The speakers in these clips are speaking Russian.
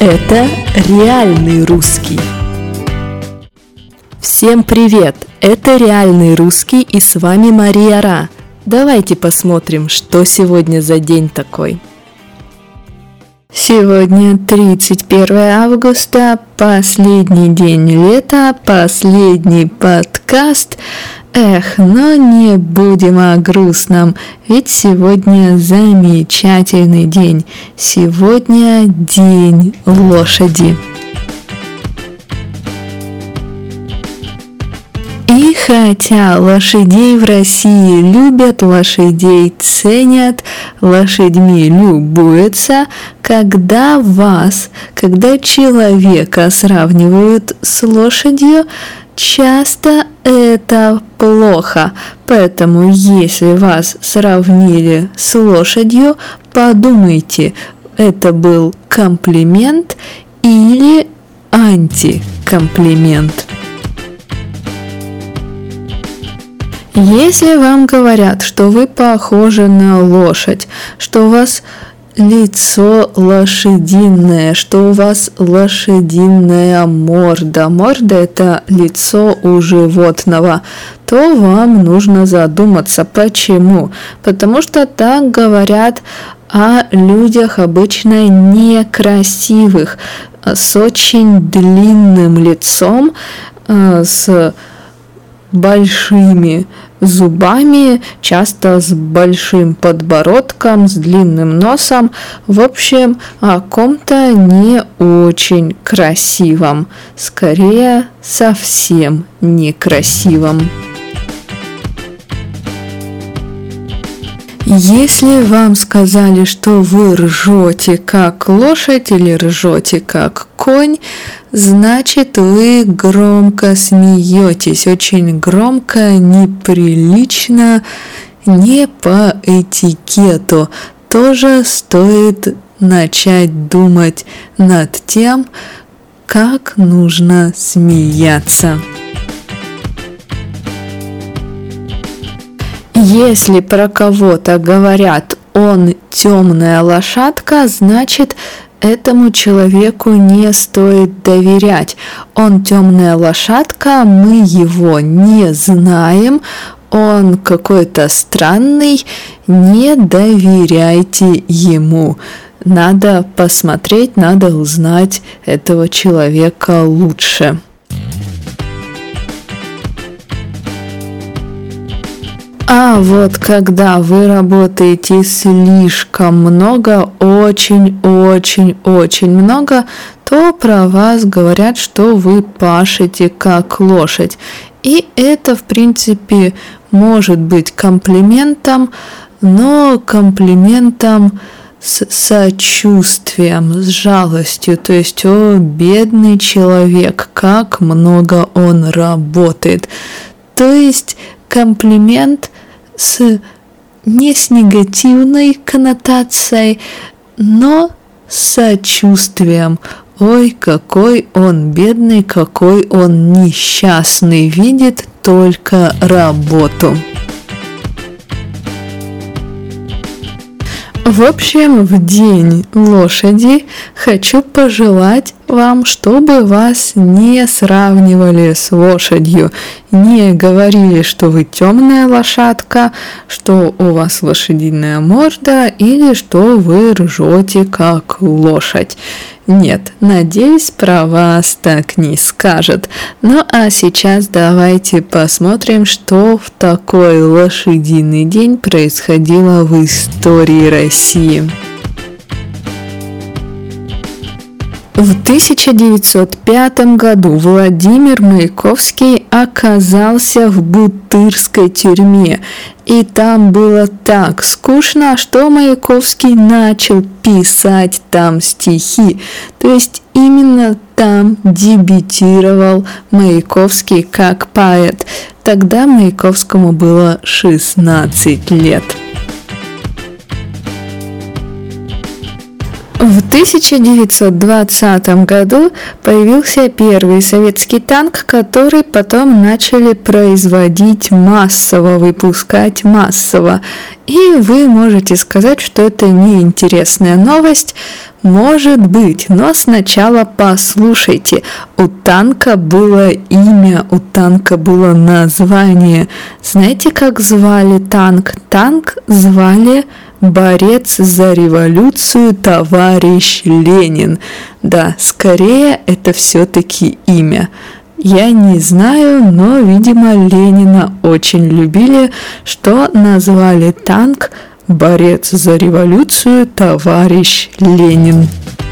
Это реальный русский. Всем привет! Это реальный русский, и с вами Мария Ра. Давайте посмотрим, что сегодня за день такой. Сегодня 31 августа, последний день лета, последний подкаст. Но не будем о грустном, ведь сегодня замечательный день. Сегодня день лошади. И хотя лошадей в России любят, лошадей ценят, лошадьми любуются, когда человека сравнивают с лошадью, часто это плохо. Поэтому, если вас сравнили с лошадью, подумайте, это был комплимент или антикомплимент. Если вам говорят, что вы похожи на лошадь, что у вас лицо лошадиное, что у вас лошадиная морда, морда – это лицо у животного, то вам нужно задуматься. Почему? Потому что так говорят о людях обычно некрасивых, с очень длинным лицом, с большими зубами, часто с большим подбородком, с длинным носом, в общем, о ком-то не очень красивом, скорее совсем некрасивом. Если вам сказали, что вы ржете как лошадь или ржете как конь, значит, вы громко смеетесь, очень громко, неприлично, не по этикету. Тоже стоит начать думать над тем, как нужно смеяться. Если про кого-то говорят «он темная лошадка», значит, этому человеку не стоит доверять. Он темная лошадка, мы его не знаем, он какой-то странный, не доверяйте ему. Надо посмотреть, надо узнать этого человека лучше. А вот когда вы работаете слишком много, очень много, то про вас говорят, что вы пашете как лошадь. И это, в принципе, может быть комплиментом, но комплиментом с сочувствием, с жалостью. То есть, о, бедный человек, как много он работает. То есть, комплимент не с негативной коннотацией, но с сочувствием. Ой, какой он бедный, какой он несчастный, видит только работу. В общем, в день лошади хочу пожелать вам, чтобы вас не сравнивали с лошадью, не говорили, что вы темная лошадка, что у вас лошадиная морда или что вы ржете как лошадь. Нет, надеюсь, про вас так не скажут. Ну а сейчас давайте посмотрим, что в такой лошадиный день происходило в истории России. В 1905 году Владимир Маяковский оказался в Бутырской тюрьме, и там было так скучно, что Маяковский начал писать там стихи. То есть именно там дебютировал Маяковский как поэт. Тогда Маяковскому было 16 лет. В 1920 году появился первый советский танк, который потом начали производить массово, выпускать массово. И вы можете сказать, что это неинтересная новость, Может быть, но сначала послушайте. У танка было имя, у танка было название. Знаете, как звали танк? Танк звали борец за революцию товарищ Ленин. Да, скорее это все-таки имя. Я не знаю, но, видимо, Ленина очень любили, что назвали танк «Борец за революцию товарищ Ленин».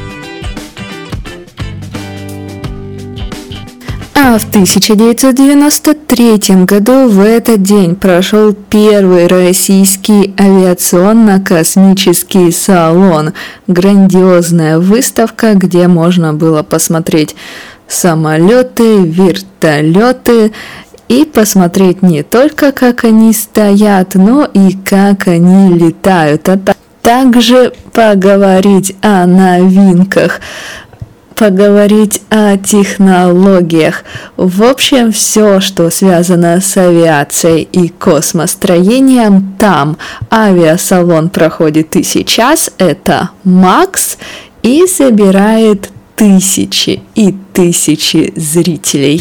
А в 1993 году в этот день прошел первый российский авиационно-космический салон. Грандиозная выставка, где можно было посмотреть самолеты, вертолеты и посмотреть не только, как они стоят, но и как они летают, а также поговорить о новинках, поговорить о технологиях. В общем, все, что связано с авиацией и космостроением, там. Авиасалон проходит и сейчас, это МАКС, и собирает тысячи и тысячи зрителей.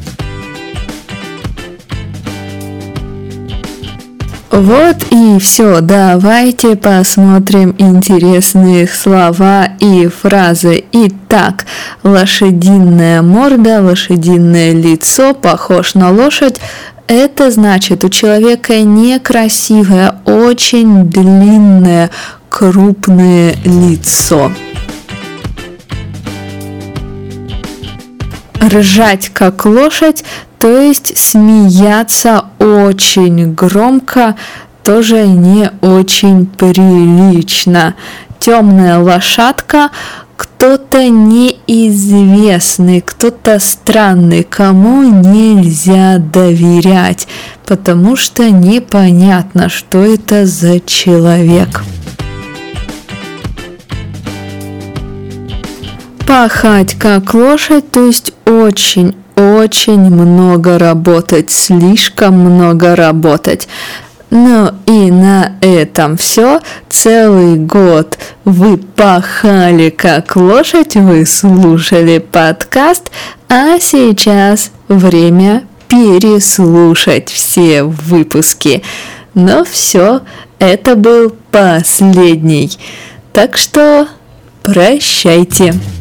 Вот и все. Давайте посмотрим интересные слова и фразы. Итак, лошадиная морда, лошадиное лицо, похож на лошадь. Это значит, у человека некрасивое, очень длинное, крупное лицо. Ржать как лошадь, то есть смеяться очень громко, тоже не очень прилично. Темная лошадка, кто-то неизвестный, кто-то странный, кому нельзя доверять, потому что непонятно, что это за человек. Пахать как лошадь, то есть очень много работать, слишком много работать. Ну и на этом все. Целый год вы пахали как лошадь, вы слушали подкаст, а сейчас время переслушать все выпуски. Но все, это был последний. Так что прощайте.